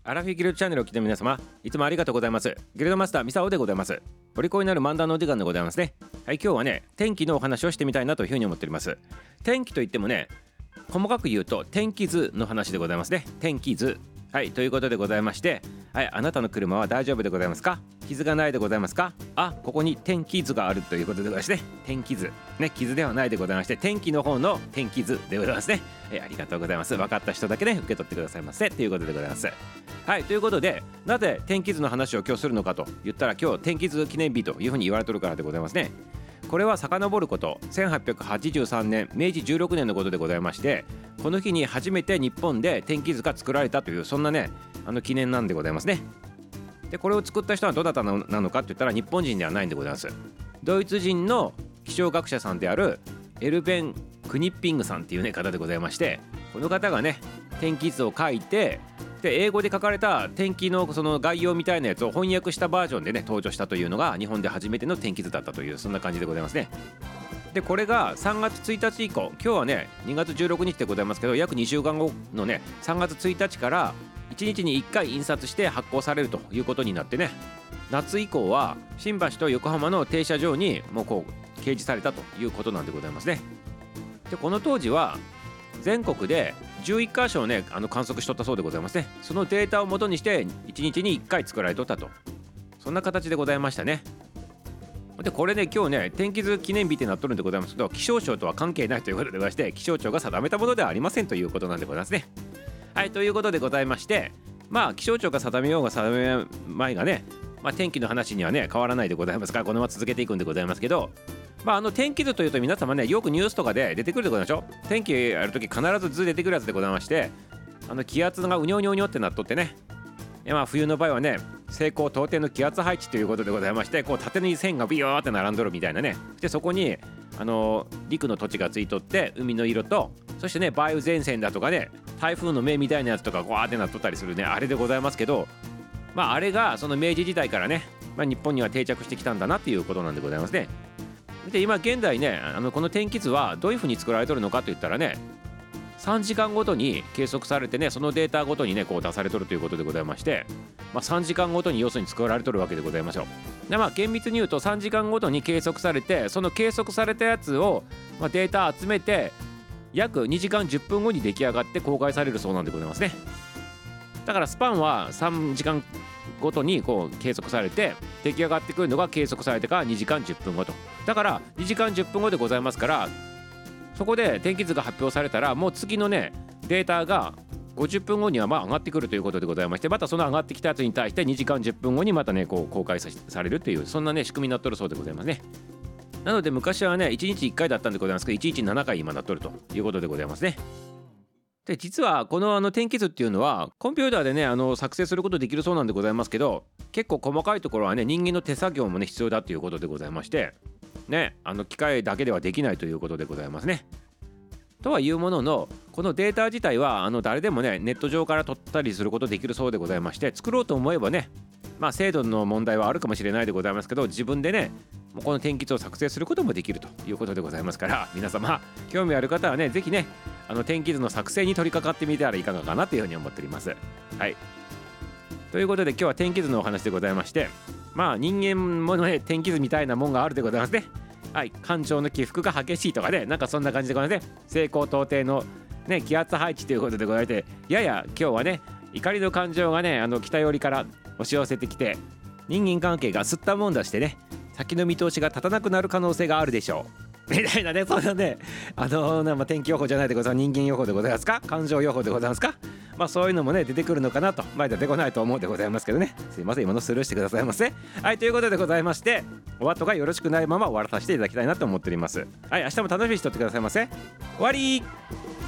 アラフィギルドチャンネルを聞いての皆様、いつもありがとうございます。ギルドマスターミサオでございます。お利口になる漫談のお時間でございますね。はい、今日はね、天気のお話をしてみたいなというふうに思っております。天気といってもね、細かく言うと天気図の話でございますね。天気図。はい、ということでございまして、はい、あなたの車は大丈夫でございますか？傷がないでございますか？ここに天気図があるということでございまして、天気図ね、傷ではないでございまして、天気の方の天気図でございますね。ありがとうございます。分かった人だけね、受け取ってくださいませということでございます。はい、ということで、なぜ天気図の話を今日するのかと言ったら、今日天気図記念日というふうに言われてるからでございますね。これは遡ること1883年明治16年のことでございまして、この日に初めて日本で天気図が作られたという、そんなね記念なんでございますね。でこれを作った人はどなたなのかって言ったら、日本人ではないんでございます。ドイツ人の気象学者さんであるエルベン・クニッピングさんっていう、ね、方でございまして、この方がね天気図を書いて、で英語で書かれた天気のその概要みたいなやつを翻訳したバージョンでね登場したというのが、日本で初めての天気図だったという、そんな感じでございますね。でこれが3月1日以降、今日はね2月16日でございますけど、約2週間後のね3月1日から1日に1回印刷して発行されるということになってね、夏以降は新橋と横浜の停車場にもうこう掲示されたということなんでございますね。でこの当時は全国で11箇所をね観測しとったそうでございますね。そのデータを元にして1日に1回作られとったと、そんな形でございましたね。でこれね、今日ね天気図記念日ってなっとるんでございますけど、気象庁とは関係ないということでございまして、気象庁が定めたものではありませんということなんでございますね。はい、ということでございまして、気象庁が定めようが定めまいがね、天気の話にはね変わらないでございますから、このまま続けていくんでございますけど、天気図というと皆様ねよくニュースとかで出てくるでございましょ。天気やるとき必ず図出てくるやつでございまして、気圧がうにょうにょうにょってなっとってね、冬の場合はね西高東低の気圧配置ということでございまして、こう縦に線がビヨーって並んどるみたいなね。でそこに陸の土地がついとって、海の色と、そしてね梅雨前線だとかね台風の目みたいなやつとかわーってなっとったりするね、あれでございますけど、あれがその明治時代からね、日本には定着してきたんだなっていうことなんでございますね。で今現在ねこの天気図はどういうふうに作られてるのかといったらね、3時間ごとに計測されてね、そのデータごとにねこう出されとるということでございまして、3時間ごとに要するに作られとるわけでございますよ。で厳密に言うと3時間ごとに計測されて、その計測されたやつを、データ集めて約2時間10分後に出来上がって公開されるそうなんでございますね。だからスパンは3時間ごとにこう計測されて、出来上がってくるのが計測されてから2時間10分後と、だから2時間10分後でございますから、そこで天気図が発表されたら、もう次のねデータが50分後には上がってくるということでございまして、またその上がってきたやつに対して2時間10分後にまたねこう公開されるという、そんなね仕組みになっとるそうでございますね。なので昔はね1日1回だったんでございますけど、1日7回今なっとるということでございますね。で実はこの天気図っていうのはコンピューターでね作成することできるそうなんでございますけど、結構細かいところはね人間の手作業もね必要だということでございましてね、機械だけではできないということでございますね。とはいうものの、このデータ自体は誰でもねネット上から取ったりすることできるそうでございまして、作ろうと思えばね精度の問題はあるかもしれないでございますけど、自分でねこの天気図を作成することもできるということでございますから、皆様興味ある方はねぜひね天気図の作成に取り掛かってみたらいかがかなというふうに思っております。はい、ということで今日は天気図のお話でございまして、人間もね天気図みたいなもんがあるでございますね。はい、感情の起伏が激しいとかね、なんかそんな感じでございますね。西高東低の、ね、気圧配置ということでございまして、やや今日はね怒りの感情がね北寄りから押し寄せてきて、人間関係がすったもんだしてね、先の見通しが立たなくなる可能性があるでしょうみたいなね、そんなね天気予報じゃないでございます、人間予報でございますか、感情予報でございますか、そういうのもね出てくるのかなと、出てこないと思うんでございますけどね、すいません今のスルーしてくださいませ。はい、ということでございまして、お後がよろしくないまま終わらさせていただきたいなと思っております。はい、明日も楽しみにしておってくださいませ。終わり。